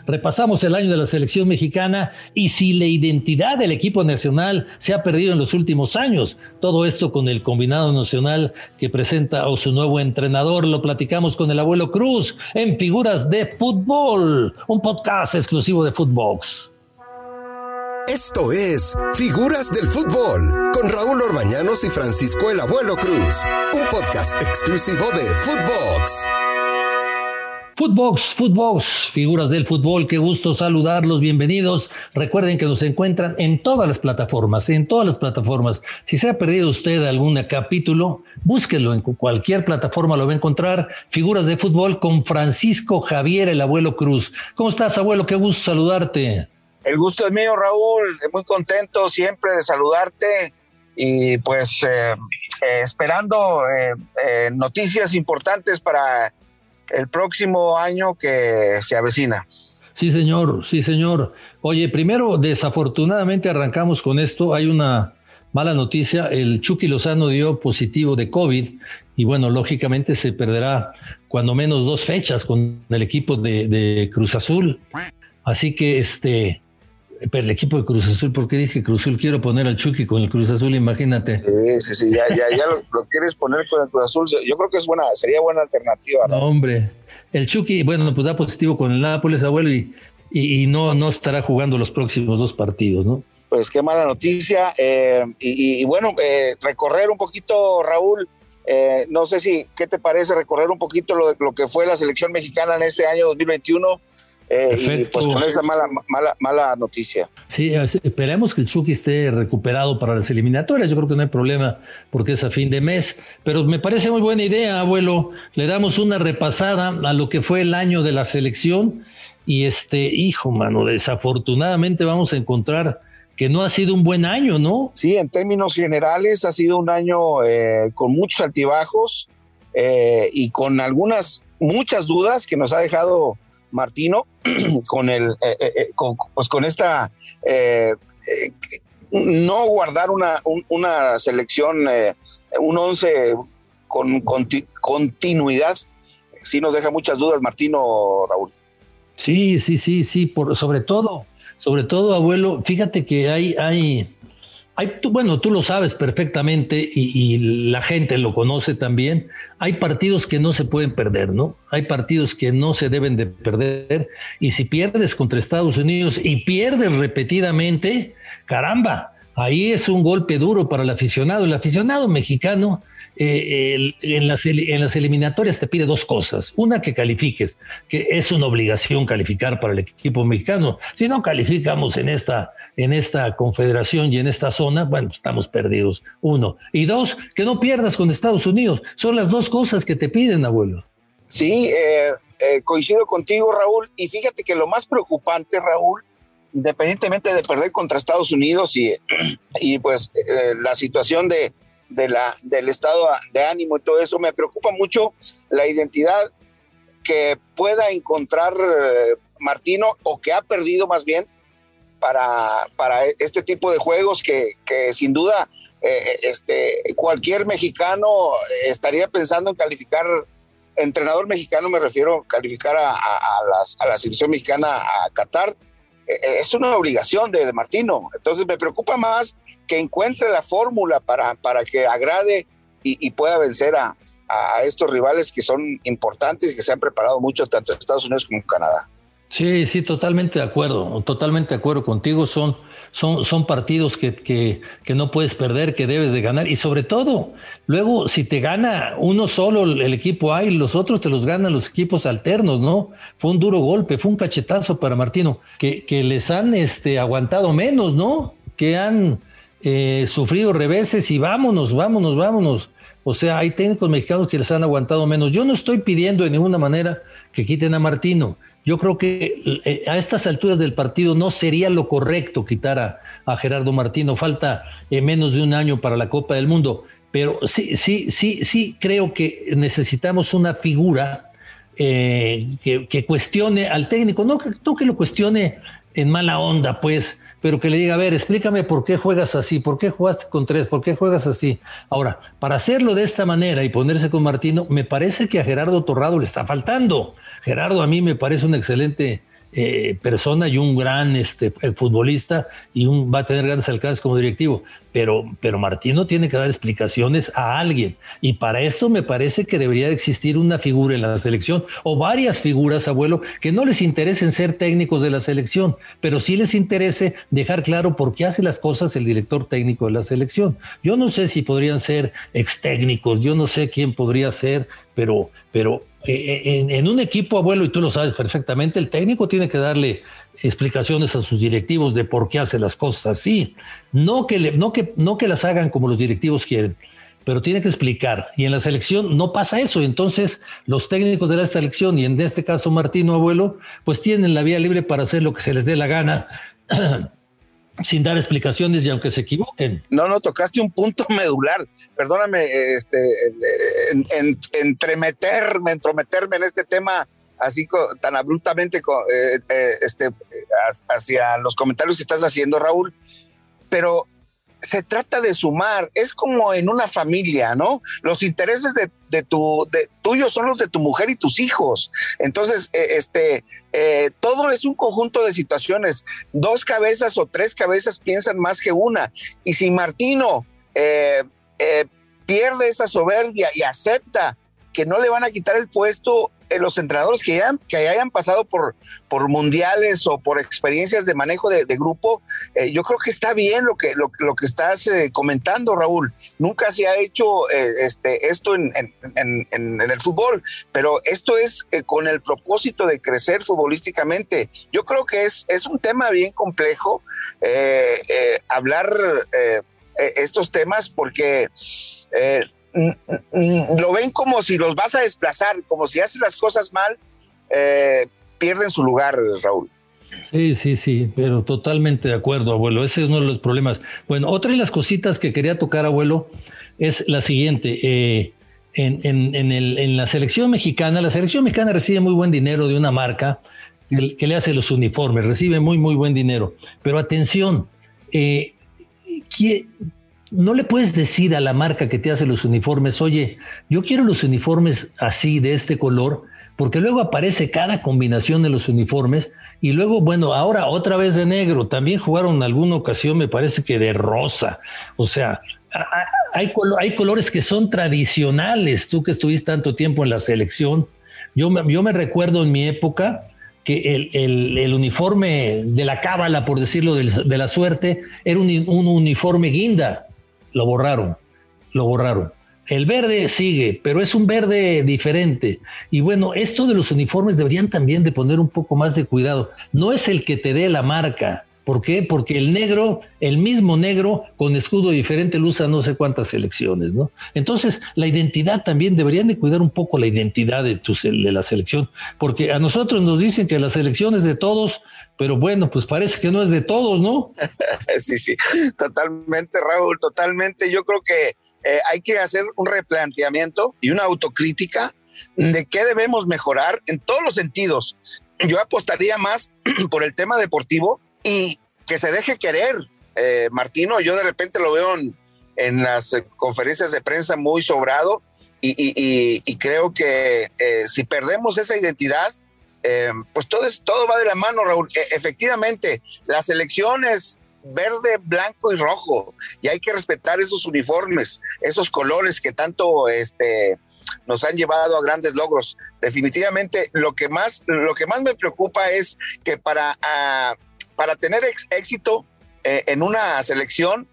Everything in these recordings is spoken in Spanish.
Repasamos el año de la selección mexicana y si la identidad del equipo nacional se ha perdido en los últimos años. Todo esto con el combinado nacional que presenta a su nuevo entrenador. Lo platicamos con el abuelo Cruz en Figuras de Fútbol, un podcast exclusivo de Footbox. Esto es Figuras del Fútbol con Raúl Orbañanos y Francisco el Abuelo Cruz, un podcast exclusivo de Footbox. Footbox, Figuras del Fútbol, qué gusto saludarlos, bienvenidos. Recuerden que nos encuentran en todas las plataformas. Si se ha perdido usted algún capítulo, búsquelo en cualquier plataforma, lo va a encontrar. Figuras de Fútbol con Francisco Javier, el Abuelo Cruz. ¿Cómo estás, abuelo? Qué gusto saludarte. El gusto es mío, Raúl, muy contento siempre de saludarte y pues esperando noticias importantes para el próximo año que se avecina. Sí, señor. Oye, primero, desafortunadamente arrancamos con esto. Hay una mala noticia. El Chucky Lozano dio positivo de COVID y bueno, lógicamente se perderá cuando menos 2 fechas con el equipo de Cruz Azul. Así que pero el equipo de Cruz Azul, ¿por qué dije Cruz Azul? Quiero poner al Chucky con el Cruz Azul, imagínate. Sí, ya lo quieres poner con el Cruz Azul. Yo creo que sería buena alternativa, ¿no? No, hombre. El Chucky, bueno, pues da positivo con el Nápoles, abuelo, y no estará jugando los próximos 2 partidos, ¿no? Pues qué mala noticia. Y bueno, recorrer un poquito, Raúl, no sé ¿qué te parece recorrer un poquito lo que fue la selección mexicana en este año 2021? Y pues con esa mala noticia. Sí, esperemos que el Chucky esté recuperado para las eliminatorias. Yo creo que no hay problema porque es a fin de mes, pero me parece muy buena idea, abuelo. Le damos una repasada a lo que fue el año de la selección y desafortunadamente vamos a encontrar que no ha sido un buen año, ¿no? Sí, en términos generales ha sido un año con muchos altibajos y con muchas dudas que nos ha dejado Martino con esta no guardar una selección, un 11 con continuidad. Sí nos deja muchas dudas Martino, Raúl. Sí, sobre todo, abuelo, fíjate que hay tú lo sabes perfectamente y la gente lo conoce también. Hay partidos que no se pueden perder, ¿no? Hay partidos que no se deben de perder y si pierdes contra Estados Unidos y pierdes repetidamente, caramba, ahí es un golpe duro para el aficionado. El aficionado mexicano en las eliminatorias te pide 2 cosas. Una, que califiques, que es una obligación calificar para el equipo mexicano. Si no calificamos en esta confederación y en esta zona, bueno, estamos perdidos. 1. Y 2, que no pierdas con Estados Unidos. Son las 2 cosas que te piden, abuelo. Sí, coincido contigo, Raúl. Y fíjate que lo más preocupante, Raúl, independientemente de perder contra Estados Unidos y pues la situación del estado de ánimo y todo eso, me preocupa mucho la identidad que pueda encontrar Martino, o que ha perdido más bien, para este tipo de juegos que sin duda cualquier mexicano estaría pensando en calificar. Entrenador mexicano me refiero, calificar a la selección mexicana a Qatar. Es una obligación de Martino. Entonces me preocupa más que encuentre la fórmula para que agrade y pueda vencer a estos rivales que son importantes y que se han preparado mucho tanto en Estados Unidos como en Canadá. Sí, totalmente de acuerdo contigo. Son partidos que no puedes perder, que debes de ganar, y sobre todo, luego si te gana uno solo el equipo A y los otros te los ganan los equipos alternos, ¿no? Fue un duro golpe, fue un cachetazo para Martino, que les han aguantado menos, ¿no? Que han sufrido reveses y vámonos. O sea, hay técnicos mexicanos que les han aguantado menos. Yo no estoy pidiendo de ninguna manera que quiten a Martino. Yo creo que a estas alturas del partido no sería lo correcto quitar a Gerardo Martino. Falta menos de un año para la Copa del Mundo. Pero sí creo que necesitamos una figura que cuestione al técnico. No que lo cuestione en mala onda, pues, pero que le diga, a ver, explícame por qué juegas así, por qué jugaste con 3, por qué juegas así. Ahora, para hacerlo de esta manera y ponerse con Martino, me parece que a Gerardo Torrado le está faltando. Gerardo a mí me parece un excelente persona y un gran futbolista y va a tener grandes alcances como directivo, pero Martino tiene que dar explicaciones a alguien, y para esto me parece que debería existir una figura en la selección, o varias figuras, abuelo, que no les interesen ser técnicos de la selección, pero sí les interese dejar claro por qué hace las cosas el director técnico de la selección. Yo no sé si podrían ser ex técnicos, yo no sé quién podría ser, pero en un equipo, abuelo, y tú lo sabes perfectamente, el técnico tiene que darle explicaciones a sus directivos de por qué hace las cosas así. No que las hagan como los directivos quieren, pero tiene que explicar. Y en la selección no pasa eso. Entonces, los técnicos de la selección, y en este caso Martino, abuelo, pues tienen la vía libre para hacer lo que se les dé la gana, sin dar explicaciones y aunque se equivoquen. No, tocaste un punto medular. Perdóname, entrometerme en este tema así tan abruptamente hacia los comentarios que estás haciendo, Raúl, pero se trata de sumar. Es como en una familia, ¿no? Los intereses tuyos son los de tu mujer y tus hijos. Entonces, todo es un conjunto de situaciones. 2 cabezas o 3 cabezas piensan más que una. Y si Martino pierde esa soberbia y acepta que no le van a quitar el puesto los entrenadores que hayan pasado por mundiales o por experiencias de manejo de grupo, yo creo que está bien lo que estás comentando, Raúl. Nunca se ha hecho esto en el fútbol, pero esto es con el propósito de crecer futbolísticamente. Yo creo que es un tema bien complejo hablar estos temas, porque lo ven como si los vas a desplazar, como si haces las cosas mal, pierden su lugar, Raúl. Sí, pero totalmente de acuerdo, abuelo. Ese es uno de los problemas. Bueno, otra de las cositas que quería tocar, abuelo, es la siguiente. En la selección mexicana recibe muy buen dinero de una marca que le hace los uniformes, recibe muy, muy buen dinero. Pero atención, no le puedes decir a la marca que te hace los uniformes, oye, yo quiero los uniformes así, de este color, porque luego aparece cada combinación de los uniformes, y luego, bueno, ahora otra vez de negro. También jugaron en alguna ocasión, me parece que de rosa. O sea, hay colores que son tradicionales. Tú que estuviste tanto tiempo en la selección, yo me recuerdo en mi época que el uniforme de la cábala, por decirlo, de la suerte, era un uniforme guinda. Lo borraron. El verde sigue, pero es un verde diferente. Y bueno, esto de los uniformes deberían también de poner un poco más de cuidado. No es el que te dé la marca. ¿Por qué? Porque el mismo negro con escudo diferente lo usa no sé cuántas selecciones, ¿no? Entonces, la identidad también, deberían de cuidar un poco la identidad de la selección, porque a nosotros nos dicen que la selección es de todos, pero bueno, pues parece que no es de todos, ¿no? Sí, totalmente, Raúl, totalmente. Yo creo que hay que hacer un replanteamiento y una autocrítica de qué debemos mejorar en todos los sentidos. Yo apostaría más por el tema deportivo y que se deje querer. Martino, yo de repente lo veo en las conferencias de prensa muy sobrado y creo que si perdemos esa identidad, pues todo va de la mano, Raúl. Efectivamente, la selección es verde, blanco y rojo, y hay que respetar esos uniformes, esos colores que tanto nos han llevado a grandes logros. Definitivamente, lo que más me preocupa es que para tener éxito en una selección,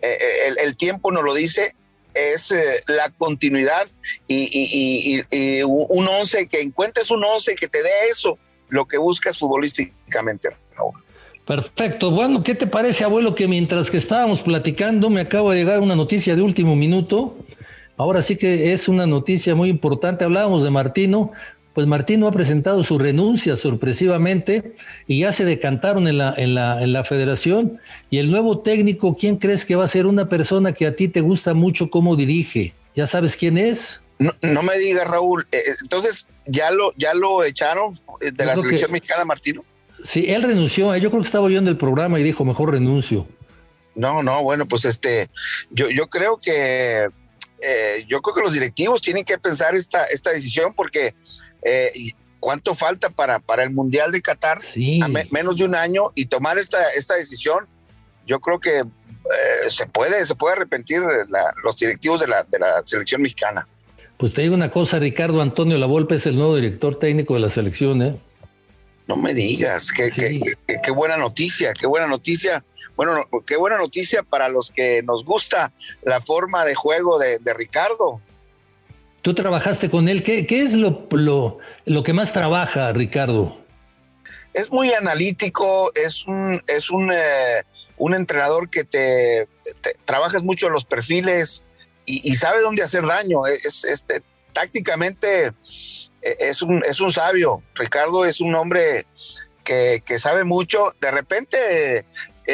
el tiempo nos lo dice, es la continuidad y un 11, que encuentres un 11 que te dé eso, lo que buscas futbolísticamente, Raúl. Perfecto. Bueno, ¿qué te parece, abuelo, que mientras que estábamos platicando me acaba de llegar una noticia de último minuto? Ahora sí que es una noticia muy importante. Hablábamos de Martino. Pues Martino ha presentado su renuncia sorpresivamente y ya se decantaron en la federación. Y el nuevo técnico, ¿quién crees que va a ser? Una persona que a ti te gusta mucho cómo dirige. ¿Ya sabes quién es? No me digas, Raúl. Entonces, ¿ya lo echaron de la selección mexicana, Martino? Sí, él renunció. Yo creo que estaba oyendo el programa y dijo, mejor renuncio. No, bueno, pues yo creo que los directivos tienen que pensar esta decisión, porque ¿cuánto falta para el Mundial de Qatar? Sí. A menos de un año, y tomar esta decisión, yo creo que se puede arrepentir los directivos de la selección mexicana. Pues te digo una cosa, Ricardo Antonio Lavolpe es el nuevo director técnico de la selección, ¿eh? No me digas, qué buena noticia, qué buena noticia. Bueno, qué buena noticia para los que nos gusta la forma de juego de Ricardo. Tú trabajaste con él, ¿qué es lo que más trabaja, Ricardo? Es muy analítico, es un entrenador que te trabajas mucho los perfiles y sabe dónde hacer daño. Tácticamente es un sabio. Ricardo es un hombre que sabe mucho. De repente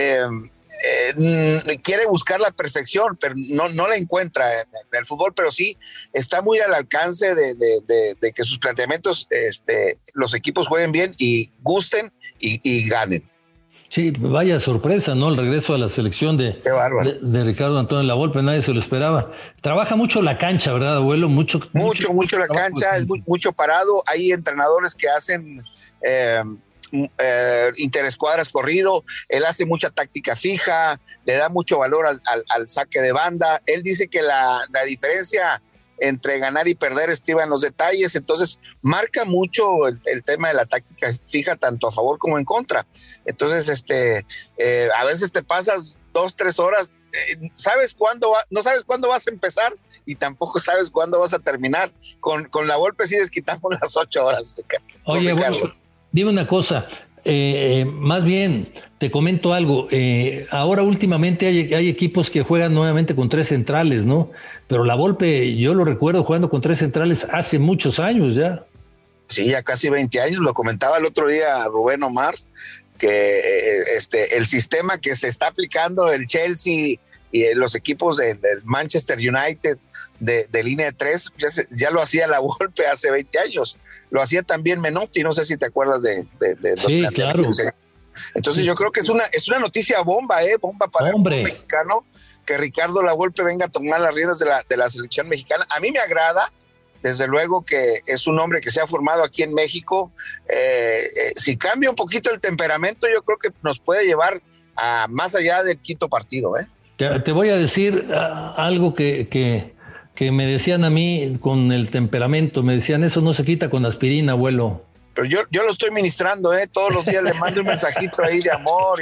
quiere buscar la perfección, pero no la encuentra en el fútbol, pero sí está muy al alcance de que sus planteamientos, los equipos jueguen bien y gusten y ganen. Sí, vaya sorpresa, ¿no? El regreso a la selección de Ricardo Antonio Lavolpe, nadie se lo esperaba. Trabaja mucho la cancha, ¿verdad, abuelo? Mucho la cancha, es mucho parado. Hay entrenadores que hacen interescuadras corrido, él hace mucha táctica fija, le da mucho valor al saque de banda. Él dice que la diferencia entre ganar y perder estriba en los detalles, entonces marca mucho el tema de la táctica fija, tanto a favor como en contra. Entonces, a veces te pasas 2-3 horas, no sabes cuándo vas a empezar y tampoco sabes cuándo vas a terminar. Con Lavolpe sí desquitamos las 8 horas. Oye, bueno, dime una cosa, más bien te comento algo, ahora últimamente hay equipos que juegan nuevamente con 3 centrales, ¿no? Pero Lavolpe, yo lo recuerdo jugando con 3 centrales hace muchos años ya. Sí, ya casi 20 años, lo comentaba el otro día Rubén Omar, que el sistema que se está aplicando el Chelsea y los equipos del Manchester United de línea de 3, ya lo hacía Lavolpe hace 20 años. Lo hacía también Menotti, no sé si te acuerdas de los planteamientos. Claro. Entonces yo creo que es una noticia bomba para el fútbol mexicano, que Ricardo Lavolpe venga a tomar las riendas de la selección mexicana. A mí me agrada, desde luego que es un hombre que se ha formado aquí en México. Si cambia un poquito el temperamento, yo creo que nos puede llevar a más allá del quinto partido. Te voy a decir algo que me decían a mí con el temperamento, me decían, eso no se quita con aspirina, abuelo. Pero yo lo estoy ministrando, todos los días le mando un mensajito ahí de amor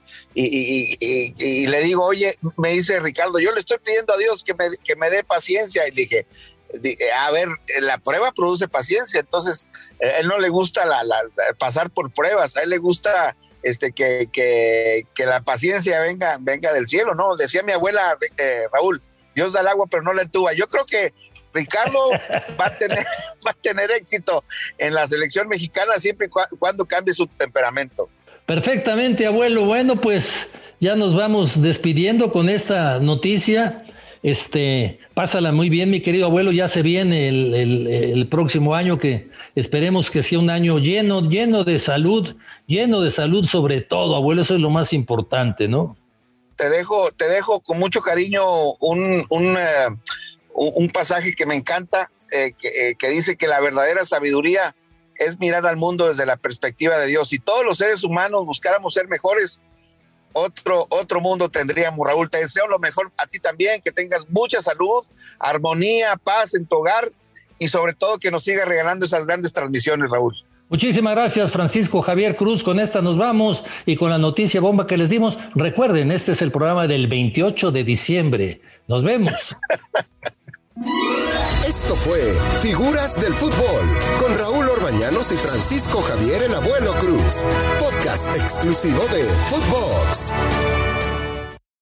y le digo, oye, me dice Ricardo, yo le estoy pidiendo a Dios que me dé paciencia, y le dije, a ver, la prueba produce paciencia, entonces a él no le gusta pasar por pruebas, a él le gusta que la paciencia venga del cielo, ¿no? Decía mi abuela, Raúl, Dios da el agua pero no la entuba. Yo creo que Ricardo va a tener éxito en la selección mexicana siempre y cuando cambie su temperamento. Perfectamente, abuelo. Bueno, pues ya nos vamos despidiendo con esta noticia. Pásala muy bien, mi querido abuelo. Ya se viene el próximo año, que esperemos que sea un año lleno de salud sobre todo, abuelo. Eso es lo más importante, ¿no? Te dejo con mucho cariño un pasaje que me encanta, que dice que la verdadera sabiduría es mirar al mundo desde la perspectiva de Dios. Si todos los seres humanos buscáramos ser mejores, otro mundo tendríamos, Raúl. Te deseo lo mejor a ti también, que tengas mucha salud, armonía, paz en tu hogar y sobre todo que nos sigas regalando esas grandes transmisiones, Raúl. Muchísimas gracias, Francisco Javier Cruz. Con esta nos vamos y con la noticia bomba que les dimos. Recuerden, este es el programa del 28 de diciembre. Nos vemos. Esto fue Figuras del Fútbol con Raúl Orbañanos y Francisco Javier el Abuelo Cruz. Podcast exclusivo de Footbox.